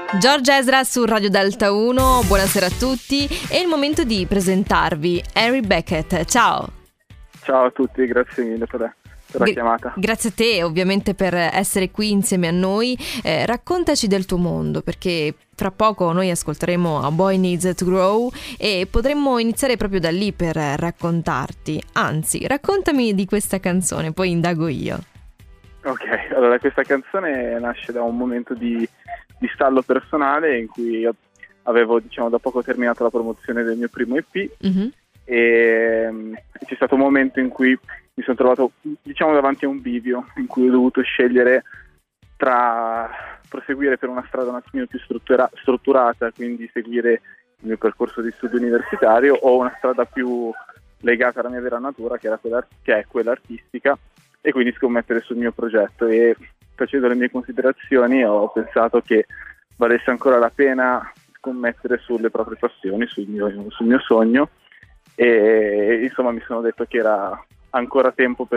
Giorgia Ezra su Radio Delta 1, buonasera a tutti. È il momento di presentarvi Harry Beckett. Ciao. Ciao a tutti, grazie mille per la chiamata. Grazie a te ovviamente per essere qui insieme a noi. Raccontaci del tuo mondo, perché fra poco noi ascolteremo A Boy Needs to Grow e potremmo iniziare proprio da lì per raccontarti. Anzi, raccontami di questa canzone, poi indago io. Ok, allora questa canzone nasce da un momento di stallo personale in cui avevo, da poco terminato la promozione del mio primo EP. Mm-hmm. E c'è stato un momento in cui mi sono trovato davanti a un bivio in cui ho dovuto scegliere tra proseguire per una strada un attimino più strutturata, quindi seguire il mio percorso di studio universitario, o una strada più legata alla mia vera natura, che è quella artistica, e quindi scommettere sul mio progetto. E facendo le mie considerazioni ho pensato che valesse ancora la pena scommettere sulle proprie passioni, sul mio sogno, e insomma mi sono detto che era ancora il tempo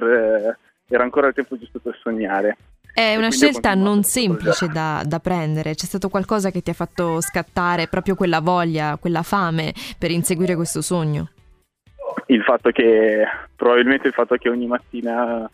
giusto per sognare. È una scelta non semplice da prendere. C'è stato qualcosa che ti ha fatto scattare proprio quella voglia, quella fame per inseguire questo sogno? Probabilmente il fatto che ogni mattina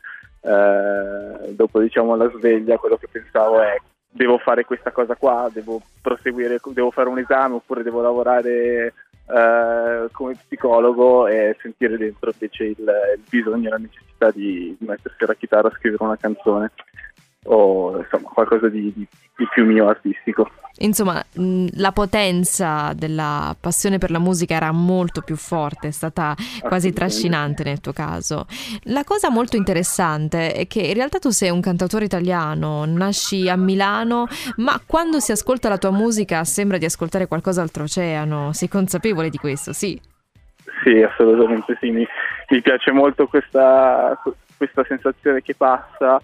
dopo la sveglia, quello che pensavo è: devo fare questa cosa qua, devo proseguire, devo fare un esame, oppure devo lavorare come psicologo, e sentire dentro invece il bisogno e la necessità di mettersi alla chitarra a scrivere una canzone, o insomma qualcosa di più mio, artistico. Insomma, la potenza della passione per la musica era molto più forte, è stata quasi trascinante nel tuo caso. La cosa molto interessante è che in realtà tu sei un cantautore italiano, nasci a Milano, ma quando si ascolta la tua musica sembra di ascoltare qualcosa oltreoceano. Sei consapevole di questo, sì? Sì, assolutamente sì. Mi piace molto questa sensazione che passa,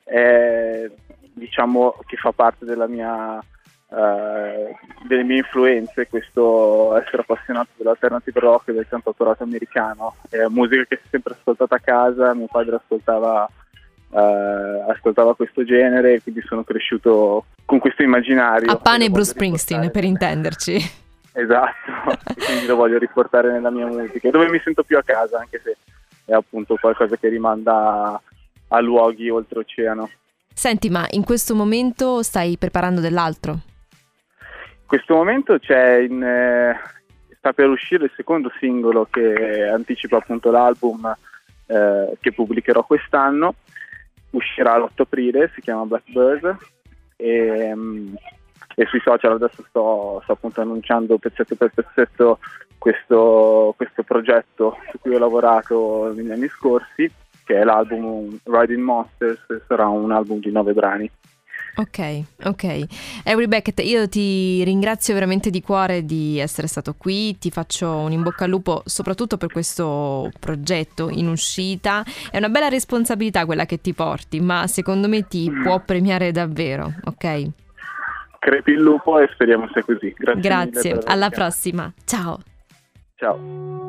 che fa parte delle mie influenze, questo essere appassionato dell'alternative rock e del cantautorato americano. È musica che si è sempre ascoltata a casa. Mio padre ascoltava questo genere, e quindi sono cresciuto con questo immaginario. A pane Bruce Springsteen, per intenderci. Esatto, e quindi lo voglio riportare nella mia musica, dove mi sento più a casa, anche se è appunto qualcosa che rimanda a luoghi oltreoceano. Senti, ma in questo momento stai preparando dell'altro? In questo momento sta per uscire il secondo singolo, che anticipa appunto l'album che pubblicherò quest'anno. Uscirà l'8 aprile, si chiama Blackbird, e sui social adesso sto appunto annunciando pezzetto per pezzetto questo progetto su cui ho lavorato negli anni scorsi, che è l'album Riding Monsters. Sarà un album di 9 brani. Ok. Harry Beckett, io ti ringrazio veramente di cuore di essere stato qui, ti faccio un in bocca al lupo soprattutto per questo progetto in uscita. È una bella responsabilità quella che ti porti, ma secondo me ti può premiare davvero, ok? Crepi il lupo e speriamo sia così. Grazie, alla prossima, ciao. Ciao.